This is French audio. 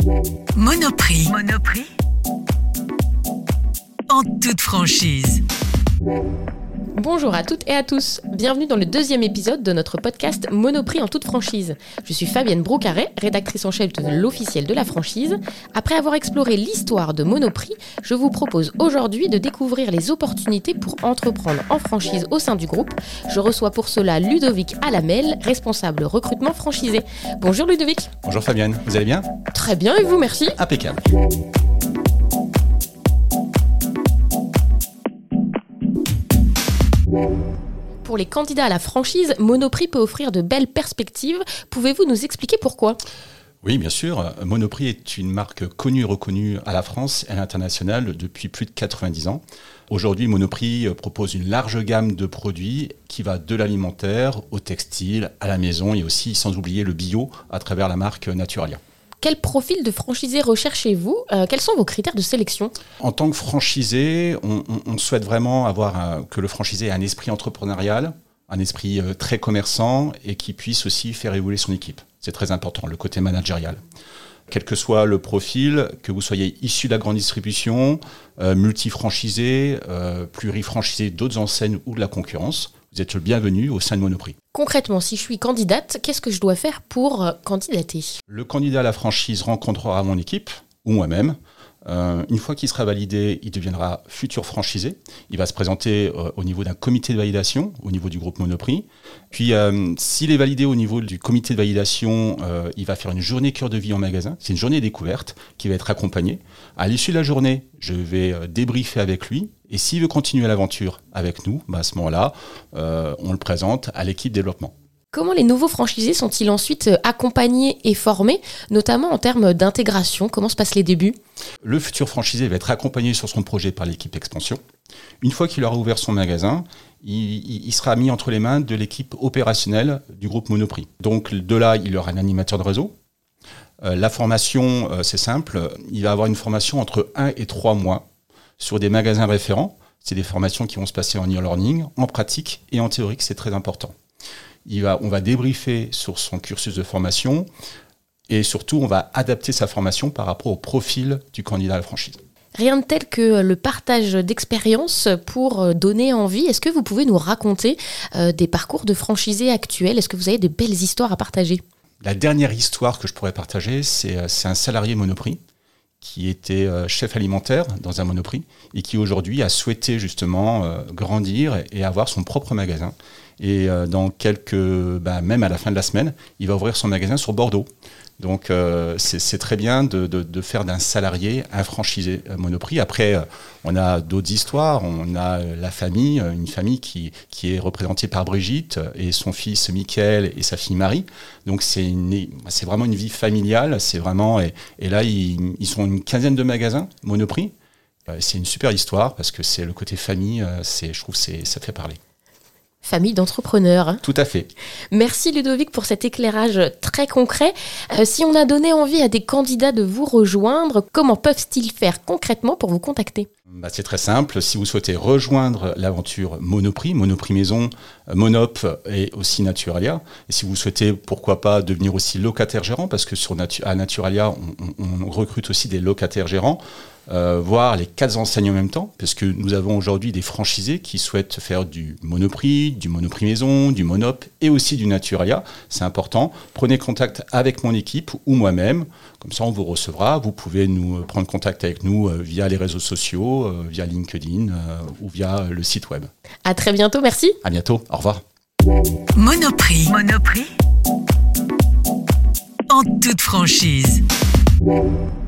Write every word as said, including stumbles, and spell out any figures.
Monoprix. Monoprix. En toute franchise. Bonjour à toutes et à tous, bienvenue dans le deuxième épisode de notre podcast Monoprix en toute franchise. Je suis Fabienne Brocaré, rédactrice en chef de l'officiel de la franchise. Après avoir exploré l'histoire de Monoprix, je vous propose aujourd'hui de découvrir les opportunités pour entreprendre en franchise au sein du groupe. Je reçois pour cela Ludovic Alamel, responsable recrutement franchisé. Bonjour Ludovic. Bonjour Fabienne, vous allez bien ? Très bien et vous, merci. Impeccable. Pour les candidats à la franchise, Monoprix peut offrir de belles perspectives. Pouvez-vous nous expliquer pourquoi ? Oui, bien sûr. Monoprix est une marque connue et reconnue à la France et à l'international depuis plus de quatre-vingt-dix ans. Aujourd'hui, Monoprix propose une large gamme de produits qui va de l'alimentaire au textile, à la maison et aussi, sans oublier, le bio à travers la marque Naturalia. Quel profil de franchisé recherchez-vous ? euh, Quels sont vos critères de sélection ? En tant que franchisé, on, on, on souhaite vraiment avoir un, que le franchisé ait un esprit entrepreneurial, un esprit euh, très commerçant et qui puisse aussi faire évoluer son équipe. C'est très important, le côté managérial. Quel que soit le profil, que vous soyez issu de la grande distribution, euh, multi-franchisé, euh, pluri-franchisé d'autres enseignes ou de la concurrence, vous êtes le bienvenu au sein de Monoprix. Concrètement, si je suis candidate, qu'est-ce que je dois faire pour euh, candidater ? Le candidat à la franchise rencontrera mon équipe ou moi-même. Euh, une fois qu'il sera validé, il deviendra futur franchisé. Il va se présenter euh, au niveau d'un comité de validation, au niveau du groupe Monoprix. Puis, euh, s'il est validé au niveau du comité de validation, euh, il va faire une journée cœur de vie en magasin. C'est une journée découverte qui va être accompagnée. À l'issue de la journée, je vais euh, débriefer avec lui. Et s'il veut continuer l'aventure avec nous, bah à ce moment-là, euh, on le présente à l'équipe développement. Comment les nouveaux franchisés sont-ils ensuite accompagnés et formés, notamment en termes d'intégration ? Comment se passent les débuts ? Le futur franchisé va être accompagné sur son projet par l'équipe expansion. Une fois qu'il aura ouvert son magasin, il, il sera mis entre les mains de l'équipe opérationnelle du groupe Monoprix. Donc de là, il aura un animateur de réseau. Euh, la formation, euh, c'est simple, il va avoir une formation entre un et trois mois sur des magasins référents. C'est des formations qui vont se passer en e-learning, en pratique et en théorique, c'est très important. Il va, on va débriefer sur son cursus de formation et surtout, on va adapter sa formation par rapport au profil du candidat à la franchise. Rien de tel que le partage d'expériences pour donner envie. Est-ce que vous pouvez nous raconter euh, des parcours de franchisés actuels ? Est-ce que vous avez de belles histoires à partager ? La dernière histoire que je pourrais partager, c'est, c'est un salarié Monoprix qui était euh, chef alimentaire dans un Monoprix et qui aujourd'hui a souhaité justement euh, grandir et, et avoir son propre magasin. Et euh, dans quelques, bah, même à la fin de la semaine, il va ouvrir son magasin sur Bordeaux. Donc euh, c'est, c'est très bien de, de, de faire d'un salarié un franchisé euh, Monoprix. Après, euh, on a d'autres histoires. On a euh, la famille, euh, une famille qui, qui est représentée par Brigitte et son fils Mickaël et sa fille Marie. Donc c'est, une, c'est vraiment une vie familiale. C'est vraiment, et, et là, ils, ils sont une quinzaine de magasins Monoprix. Euh, c'est une super histoire parce que c'est le côté famille. Euh, c'est, je trouve que c'est, ça fait parler. Famille d'entrepreneurs. Hein. Tout à fait. Merci Ludovic pour cet éclairage très concret. Euh, si on a donné envie à des candidats de vous rejoindre, comment peuvent-ils faire concrètement pour vous contacter ? Bah, c'est très simple. Si vous souhaitez rejoindre l'aventure Monoprix, Monoprix Maison, Monop et aussi Naturalia, et si vous souhaitez, pourquoi pas, devenir aussi locataire gérant, parce que sur Natu- à Naturalia, on, on, on recrute aussi des locataires gérants, euh, voir les quatre enseignes en même temps, parce que nous avons aujourd'hui des franchisés qui souhaitent faire du Monoprix, du Monoprix Maison, du Monop et aussi du Naturalia. C'est important. Prenez contact avec mon équipe ou moi-même. Comme ça, on vous recevra. Vous pouvez nous prendre contact avec nous euh, via les réseaux sociaux, euh, via LinkedIn euh, ou via le site web. À très bientôt, merci. À bientôt. Au revoir. Monoprix. Monoprix. En toute franchise.